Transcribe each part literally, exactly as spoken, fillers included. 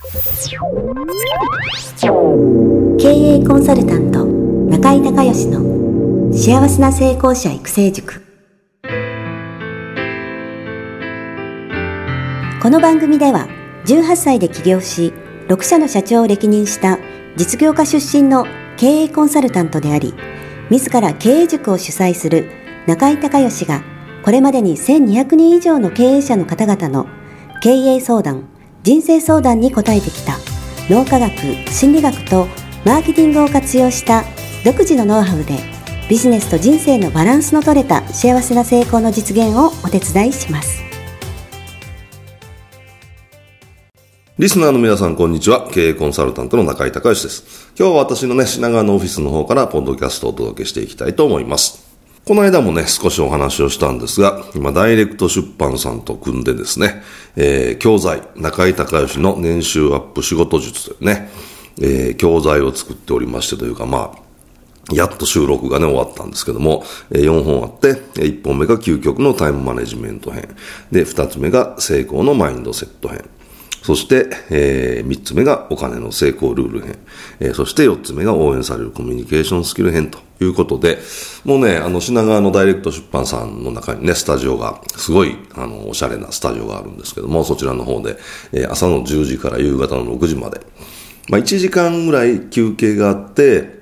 経営コンサルタント中井孝義の幸せな成功者育成塾。この番組ではじゅうはっさいで起業しろくしゃの社長を歴任した実業家出身の経営コンサルタントであり、自ら経営塾を主催する中井孝義がこれまでにせんにひゃくにん以上の経営者の方々の経営相談、人生相談に応えてきた脳科学、心理学とマーケティングを活用した独自のノウハウでビジネスと人生のバランスの取れた幸せな成功の実現をお手伝いします。 リスナーの皆さん、こんにちは。経営コンサルタントの中井孝義です。今日は私のね、品川のオフィスの方からポッドキャストをお届けしていきたいと思います。この間もね、少しお話をしたんですが、今、ダイレクト出版さんと組んでですね、えー、教材、中井孝義の年収アップ仕事術というね、えー、教材を作っておりましてというか、まあ、やっと収録がね、終わったんですけども、よんほんあって、いっぽんめが究極のタイムマネジメント編。で、ふたつめが成功のマインドセット編。そして、えー、みっつめがお金の成功ルール編、えー、そしてよっつめが応援されるコミュニケーションスキル編ということで、もうね、あの品川のダイレクト出版さんの中にね、スタジオがすごいあのおしゃれなスタジオがあるんですけども、そちらの方で、えー、朝のじゅうじから夕方のろくじまで、まあ、いちじかんぐらい休憩があって、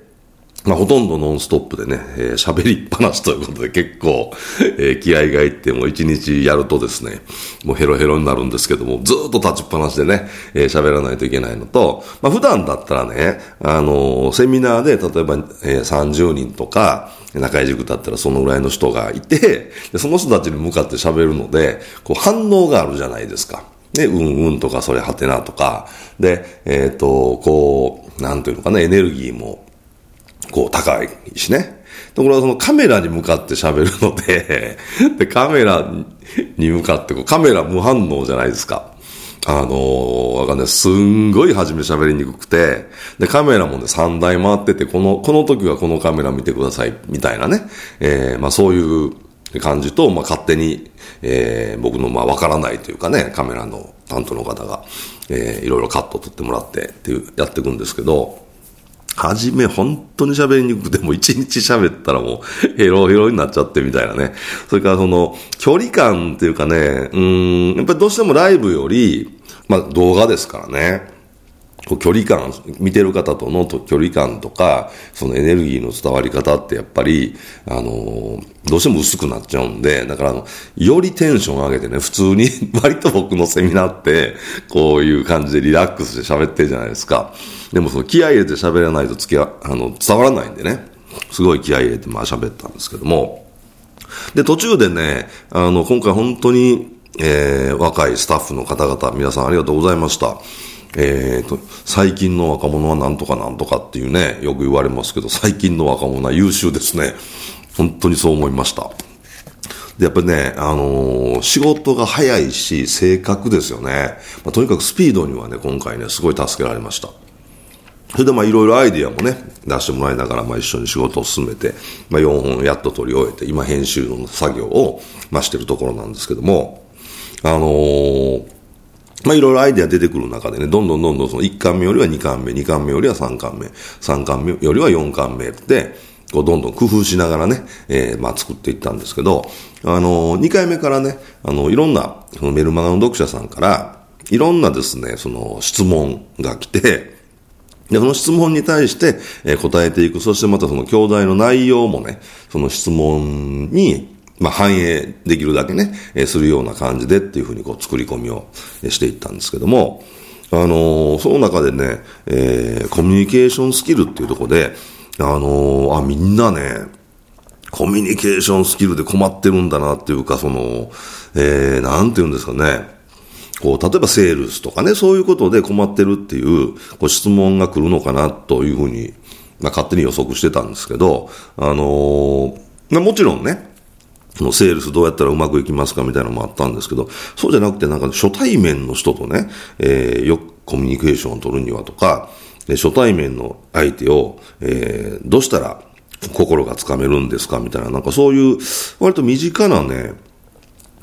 まあ、ほとんどノンストップでね、えー、喋りっぱなしということで結構、えー、気合がいっても一日やるとですね、もうヘロヘロになるんですけども、ずーっと立ちっぱなしでね、えー、喋らないといけないのと、まあ、普段だったらね、あのー、セミナーで例えば、えー、さんじゅうにんとか、中井塾だったらそのぐらいの人がいて、でその人たちに向かって喋るので、こう反応があるじゃないですか。ね、うんうんとか、それはてなとか、で、えっと、こう、なんていうのかな、エネルギーも、こう高いしね。ところがそのカメラに向かって喋るので、で、カメラに向かってこう、カメラ無反応じゃないですか。あのー、わかんない。すんごい初め喋りにくくて、で、カメラもね、さんだい回ってて、この、この時はこのカメラ見てください、みたいなね。えー、まあそういう感じと、まあ勝手に、えー、僕のまあわからないというかね、カメラの担当の方が、えー、いろいろカット撮ってもらってっていう、やっていくんですけど、はじめ本当に喋りにくくても一日喋ったらもうヘロヘロになっちゃってみたいなね。それからその距離感っていうかね、うーん、やっぱりどうしてもライブより、まあ動画ですからね。こう距離感、見てる方との距離感とか、そのエネルギーの伝わり方ってやっぱり、あのー、どうしても薄くなっちゃうんで、だからあの、よりテンション上げてね、普通に、割と僕のセミナーって、こういう感じでリラックスして喋ってるじゃないですか。でもその気合い入れて喋らないとつきあの、伝わらないんでね、すごい気合い入れてまあ喋ったんですけども、で、途中でね、あの、今回本当に、えー、若いスタッフの方々、皆さんありがとうございました。えーと、最近の若者はなんとかなんとかっていうね、よく言われますけど、最近の若者は優秀ですね。本当にそう思いました。で、やっぱりね、あのー、仕事が早いし、正確ですよね。まあ、とにかくスピードにはね、今回ね、すごい助けられました。それでまあいろいろアイディアもね、出してもらいながら、まあ一緒に仕事を進めて、まあよんほんやっと取り終えて、今編集の作業を、まあしてるところなんですけども、あのー、まあいろいろアイデア出てくる中でね、どんどんどんどんそのいっかんめよりはにかんめ、にかんめよりはさんかんめ、さんかんめよりはよんかんめって、こうどんどん工夫しながらね、えー、まあ作っていったんですけど、あのー、にかいめからね、あの、いろんな、そのメルマガの読者さんから、いろんなですね、その質問が来て、で、その質問に対して、えー、答えていく、そしてまたその教材の内容もね、その質問に、まあ、反映できるだけね、えー、するような感じでっていうふうにこう作り込みをしていったんですけども、あのー、その中でね、えー、コミュニケーションスキルっていうところで、あのー、あ、みんなね、コミュニケーションスキルで困ってるんだなっていうか、その、えー、なんていうんですかね、こう、例えばセールスとかね、そういうことで困ってるっていう、こう質問が来るのかなというふうに、まあ、勝手に予測してたんですけど、あのー、まあ、もちろんね、セールスどうやったらうまくいきますかみたいなのもあったんですけど、そうじゃなくてなんか初対面の人とね、えー、よくコミュニケーションを取るにはとか、初対面の相手を、えー、どうしたら心がつかめるんですかみたいな、なんかそういう割と身近なね、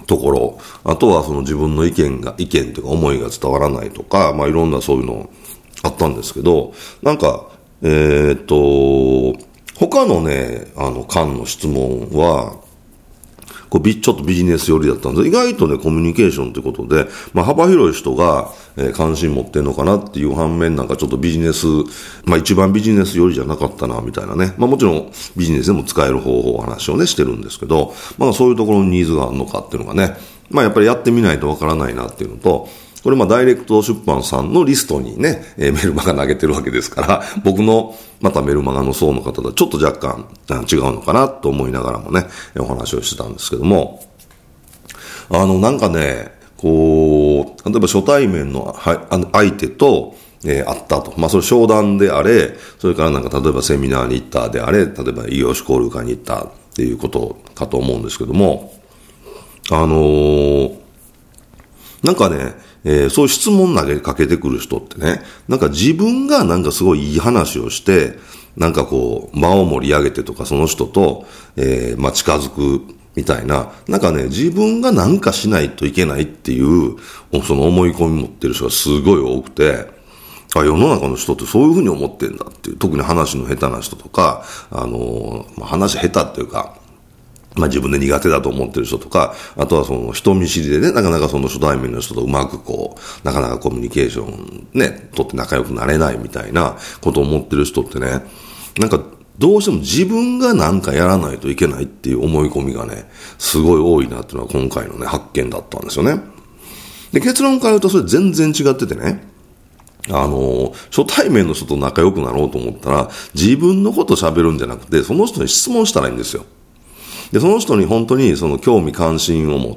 ところ、あとはその自分の意見が、意見というか思いが伝わらないとか、まあいろんなそういうのあったんですけど、なんか、えーっと、他のね、あの、間の質問は、こうビちょっとビジネス寄りだったんで、意外とね、コミュニケーションということで、まあ幅広い人が、えー、関心持ってんのかなっていう反面、なんかちょっとビジネス、まあ一番ビジネス寄りじゃなかったな、みたいなね。まあもちろんビジネスでも使える方法、話をね、してるんですけど、まあそういうところにニーズがあるのかっていうのがね、まあやっぱりやってみないとわからないなっていうのと、これまあダイレクト出版さんのリストにね、えー、メルマガ投げてるわけですから、僕のまたメルマガの層の方とはちょっと若干違うのかなと思いながらもね、お話をしてたんですけども、あのなんかね、こう、例えば初対面の相手と、えー、会ったと。まあそれ商談であれ、それからなんか例えばセミナーに行ったであれ、例えば異業種交流会に行ったっていうことかと思うんですけども、あのー、なんかね、えー、そういう質問投げかけてくる人ってね、なんか自分がなんかすごいいい話をして、なんかこう、場を盛り上げてとかその人と、えー、まあ近づくみたいな、なんかね、自分がなんかしないといけないっていう、その思い込み持ってる人がすごい多くて、あ、世の中の人ってそういうふうに思ってんだっていう、特に話の下手な人とか、あのー、まあ、話下手っていうか、まあ自分で苦手だと思ってる人とか、あとはその人見知りでね、なかなかその初対面の人とうまくこう、なかなかコミュニケーションね、とって仲良くなれないみたいなことを思ってる人ってね、なんかどうしても自分がなんかやらないといけないっていう思い込みがね、すごい多いなっていうのは今回のね、発見だったんですよね。で、結論から言うとそれ全然違っててね、あの、初対面の人と仲良くなろうと思ったら、自分のこと喋るんじゃなくて、その人に質問したらいいんですよ。で、その人に本当にその興味関心を持って、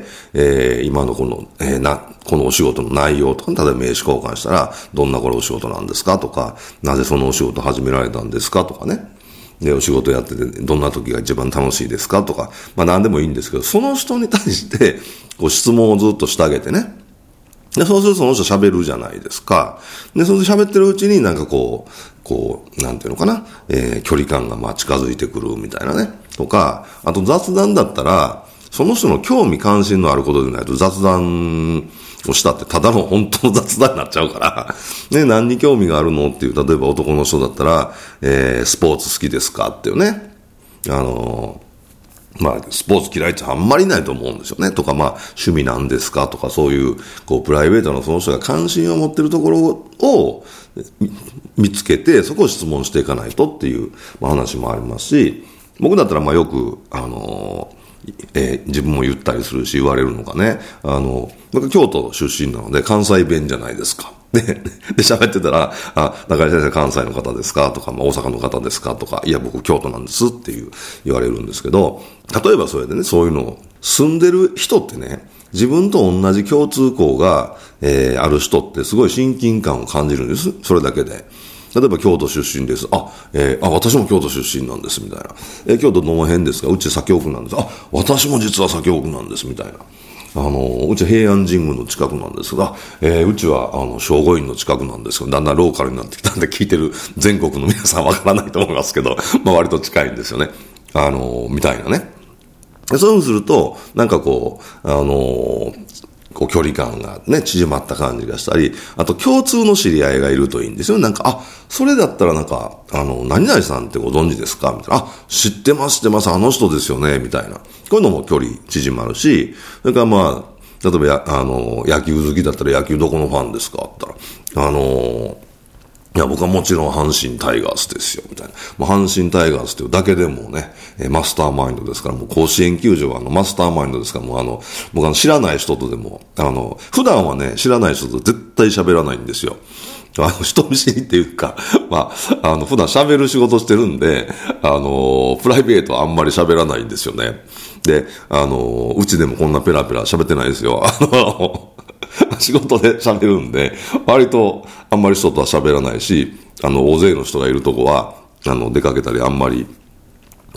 えー、今のこの、えー、な、このお仕事の内容とか、例えば名刺交換したら、どんなこれお仕事なんですかとか、なぜそのお仕事始められたんですかとかね。で、お仕事やってて、どんな時が一番楽しいですかとか、まあ何でもいいんですけど、その人に対して、こう質問をずっとしてあげてね。で、そうするとその人喋るじゃないですか。で、それで喋ってるうちになんかこう、こう、なんていうのかな、えー、距離感がまあ近づいてくるみたいなね。とか、あと雑談だったら、その人の興味関心のあることでないと雑談をしたってただの本当の雑談になっちゃうから、ね、何に興味があるのっていう、例えば男の人だったら、えー、スポーツ好きですかっていうね。あのー、まあ、スポーツ嫌いってあんまりないと思うんですよね。とか、まあ、趣味なんですかとか、そういう、こう、プライベートのその人が関心を持っているところを見つけて、そこを質問していかないとっていう、まあ、話もありますし、僕だったら、まあ、よく、あのーえー、自分も言ったりするし、言われるのがね、あの、僕京都出身なので、関西弁じゃないですか。で、で、喋ってたら、あ、中井先生関西の方ですかとか、まあ、大阪の方ですかとか、いや、僕京都なんですっていう、言われるんですけど、例えばそれでね、そういうのを、住んでる人ってね、自分と同じ共通項が、えー、ある人ってすごい親近感を感じるんです。それだけで。例えば京都出身です。あ、えー、あ、私も京都出身なんです、みたいな。えー、京都どの辺ですか？うち左京区なんです。あ、私も実は左京区なんです、みたいな。あの、うち平安神宮の近くなんですが、えー、うちは、あの、聖護院の近くなんですけど、だんだんローカルになってきたんで聞いてる全国の皆さんわからないと思いますけど、まあ割と近いんですよね。あの、みたいなね。そういうふうにすると、なんかこう、あの、こう距離感がね、縮まった感じがしたり、あと共通の知り合いがいるといいんですよ。なんか、あ、それだったらなんか、あの、何々さんってご存知ですかみたいな。あ、知ってます、知ってます、あの人ですよね、みたいな。こういうのも距離縮まるし、それからまあ、例えばや、あの、野球好きだったら野球どこのファンですかって言ったら、あの、いや、僕はもちろん阪神タイガースですよ、みたいな。もう阪神タイガースっていうだけでもね、マスターマインドですから、もう甲子園球場はあのマスターマインドですから、もうあの、僕あの知らない人とでも、あの、普段はね、知らない人と絶対喋らないんですよ。あの、人見知りっていうか、まあ、あの、普段喋る仕事してるんで、あの、プライベートはあんまり喋らないんですよね。で、あの、うちでもこんなペラペラ喋ってないですよ。あの、仕事で喋るんで、割とあんまり人とは喋らないし、あの、大勢の人がいるとこは、あの、出かけたりあんまり、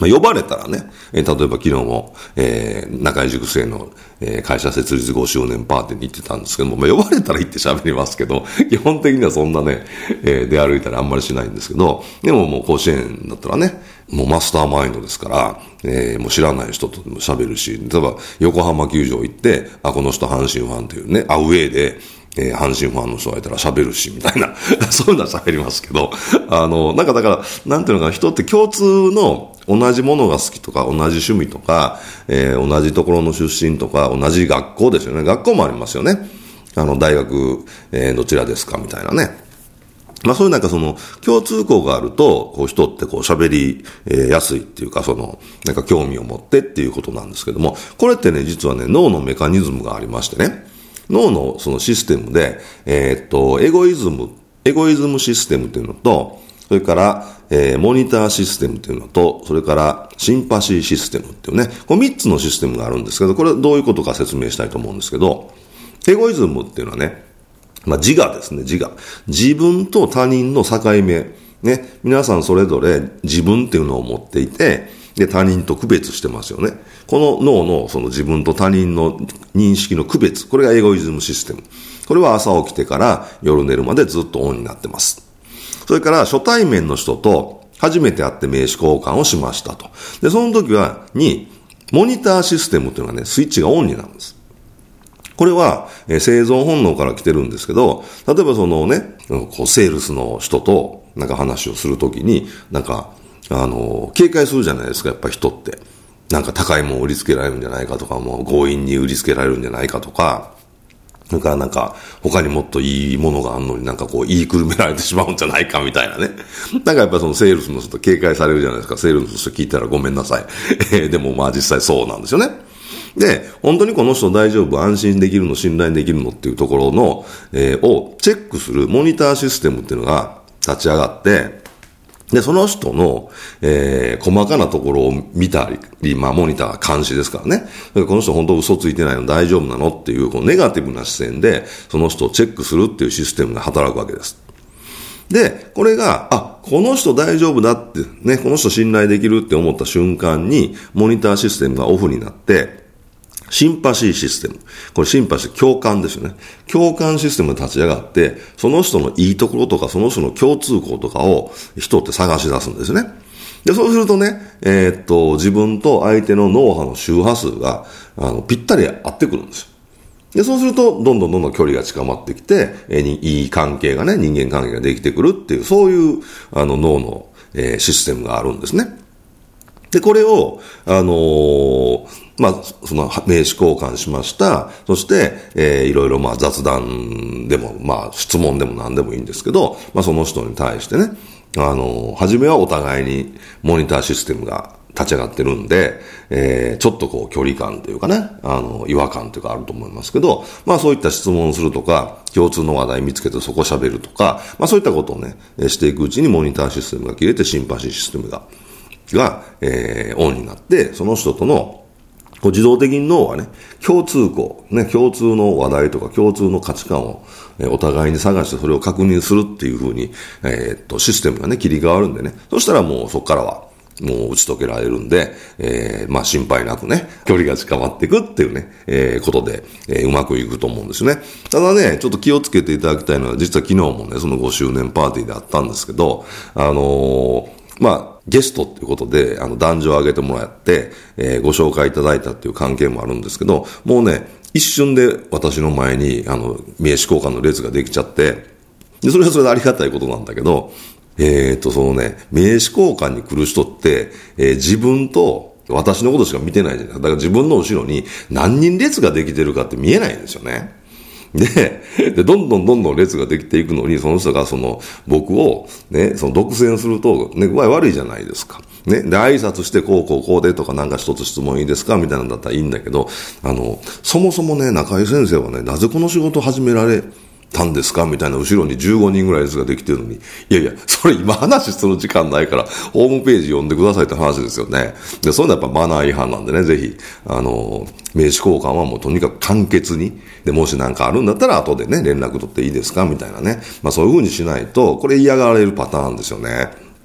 まあ、呼ばれたらね、えー、例えば昨日も、えー、中井塾生の、えー、会社設立ごしゅうねんパーティーに行ってたんですけども、まあ、呼ばれたら行って喋りますけど、基本的にはそんなね、えー、出歩いたらあんまりしないんですけど、でももう甲子園だったらね、もうマスターマインドですから、えー、もう知らない人とも喋るし、例えば横浜球場行って、あ、この人阪神ファンというね、アウェーで、えー、阪神ファンの人がいたら喋るし、みたいな、そういうのは喋りますけど、あの、なんかだから、なんていうのかな、人って共通の同じものが好きとか、同じ趣味とか、えー、同じところの出身とか、同じ学校ですよね。学校もありますよね。あの、大学、えー、どちらですかみたいなね。まあそういうなんかその共通項があると、こう人ってこう喋りやすいっていうか、そのなんか興味を持ってっていうことなんですけども、これってね、実はね、脳のメカニズムがありましてね、脳のそのシステムで、えー、っと、エゴイズム、エゴイズムシステムっていうのと、それから、えー、モニターシステムっていうのと、それからシンパシーシステムっていうね、このみっつのシステムがあるんですけど、これはどういうことか説明したいと思うんですけど、エゴイズムっていうのはね、まあ、自我ですね、自我。自分と他人の境目。ね。皆さんそれぞれ自分っていうのを持っていて、で、他人と区別してますよね。この脳のその自分と他人の認識の区別。これがエゴイズムシステム。これは朝起きてから夜寝るまでずっとオンになってます。それから初対面の人と初めて会って名刺交換をしましたと。で、その時は、に、モニターシステムっていうのがね、スイッチがオンになるんです。これは、えー、生存本能から来てるんですけど、例えばそのね、こうセールスの人となんか話をするときに、なんか、あのー、警戒するじゃないですか、やっぱり人って。なんか高いものを売りつけられるんじゃないかとか、もう強引に売りつけられるんじゃないかとか、それからなんか、他にもっといいものがあるのになんかこう言いくるめられてしまうんじゃないかみたいなね。なんかやっぱそのセールスの人警戒されるじゃないですか。セールスの人聞いたらごめんなさい。でもまあ実際そうなんですよね。で、本当にこの人大丈夫、安心できるの、信頼できるのっていうところの、えー、をチェックするモニターシステムっていうのが立ち上がって、で、その人の、えー、細かなところを見たり、まあ、モニター監視ですからね。この人本当嘘ついてないの大丈夫なのっていう、このネガティブな視線で、その人をチェックするっていうシステムが働くわけです。で、これが、あ、この人大丈夫だって、ね、この人信頼できるって思った瞬間に、モニターシステムがオフになって、シンパシーシステム。これシンパシー、共感ですよね。共感システムが立ち上がって、その人のいいところとか、その人の共通項とかを人って探し出すんですね。で、そうするとね、えー、っと、自分と相手の脳波の周波数が、あの、ぴったり合ってくるんですよ。で、そうすると、どんどんどんどん距離が近まってきて、えー、いい関係がね、人間関係ができてくるっていう、そういう、あの、脳の、えー、システムがあるんですね。で、これを、あのー、まあ、その名刺交換しました。そして、えー、いろいろまあ雑談でも、まあ質問でも何でもいいんですけど、まあその人に対してね、あのー、初めはお互いにモニターシステムが立ち上がってるんで、えー、ちょっとこう距離感というかね、あの、違和感というかあると思いますけど、まあそういった質問をするとか、共通の話題見つけてそこ喋るとか、まあそういったことをね、していくうちにモニターシステムが切れてシンパシーシステムが、が、えー、オンになって、その人とのこう自動的に脳はね、共通項、ね、共通の話題とか共通の価値観を、えー、お互いに探してそれを確認するっていう風に、えー、っと、システムがね、切り替わるんでね、そしたらもうそこからは、もう打ち解けられるんで、えー、まあ心配なくね、距離が近まっていくっていうね、えー、ことで、えー、うまくいくと思うんですよね。ただね、ちょっと気をつけていただきたいのは、実は昨日もね、そのごしゅうねんパーティーであったんですけど、あのー、まあ、ゲストっていうことで、あの、男女を挙げてもらって、えー、ご紹介いただいたっていう関係もあるんですけど、もうね、一瞬で私の前に、あの、名刺交換の列ができちゃって、で、それはそれでありがたいことなんだけど、えーと、そのね、名刺交換に来る人って、えー、自分と私のことしか見てないじゃないですか。だから自分の後ろに何人列ができてるかって見えないんですよね。で、で、どんどんどんどん列ができていくのに、その人がその、僕を、ね、その独占すると、ね、具合悪いじゃないですか。ね、で、挨拶して、こう、こう、こうでとか、なんか一つ質問いいですかみたいなんだったらいいんだけど、あの、そもそもね、中井先生はね、なぜこの仕事を始められたんですかみたいな、後ろにじゅうごにんぐらい列ができてるのに、いやいや、それ今話する時間ないから、ホームページ読んでくださいって話ですよね。で、そういうのはやっぱマナー違反なんでね、ぜひ、あの、名刺交換はもうとにかく簡潔に、で、もしなんかあるんだったら後でね、連絡取っていいですかみたいなね。まあそういう風にしないと、これ嫌がられるパターンですよね。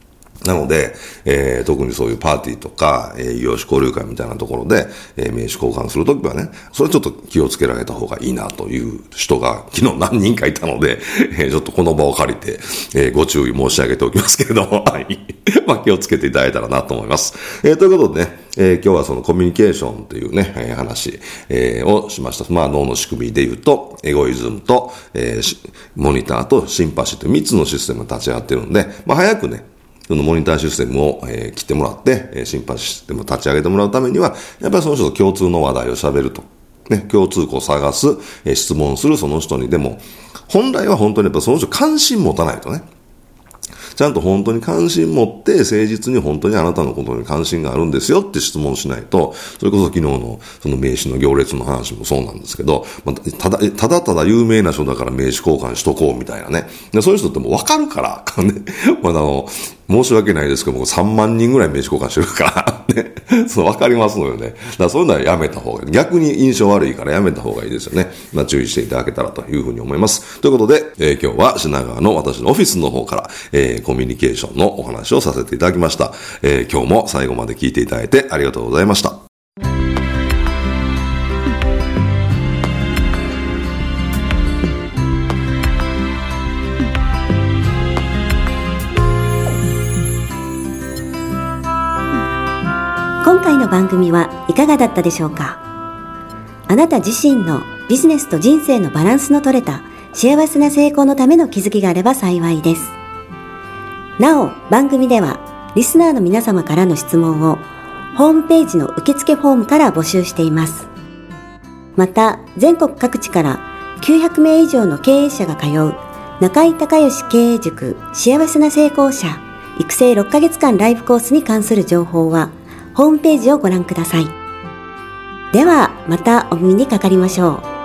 なので、えー、特にそういうパーティーとか、えー、異業種交流会みたいなところで、えー、名刺交換するときはね、それちょっと気をつけられた方がいいなという人が昨日何人かいたので、えー、ちょっとこの場を借りて、えー、ご注意申し上げておきますけれども、はい。まあ気をつけていただいたらなと思います。えー、ということでね、えー、今日はそのコミュニケーションというね、えー、話、えー、をしました。まあ脳の仕組みで言うと、エゴイズムと、えー、モニターとシンパシーというみっつのシステムが立ち上がっているので、まあ早くね、そのモニターシステムを、えー、切ってもらって、えー、シンパシステムを立ち上げてもらうためには、やっぱりその人と共通の話題を喋ると。ね、共通項を探す、えー、質問するその人にでも、本来は本当にやっぱその人関心持たないとね。ちゃんと本当に関心持って誠実に本当にあなたのことに関心があるんですよって質問しないと、それこそ昨日のその名刺の行列の話もそうなんですけど、まあ、ただ、ただただ有名な人だから名刺交換しとこうみたいなね。でそういう人ってもう分かるから、ね、まあ、あの、申し訳ないですけども、さんまんにんぐらい名刺交換してるから、ね。そう、分かりますのよね。だからそういうのはやめた方がいい。逆に印象悪いからやめた方がいいですよね。まあ、注意していただけたらというふうに思います。ということで、えー、今日は品川の私のオフィスの方から、えー、コミュニケーションのお話をさせていただきました。えー、今日も最後まで聞いていただいてありがとうございました。 今回の番組はいかがだったでしょうか。あなた自身のビジネスと人生のバランスの取れた幸せな成功のための気づきがあれば幸いです。なお、番組ではリスナーの皆様からの質問をホームページの受付フォームから募集しています。また、全国各地からきゅうひゃくめい以上の経営者が通う中井隆義経営塾幸せな成功者育成ろっかげつかんライブコースに関する情報はホームページをご覧ください。ではまたお耳にかかりましょう。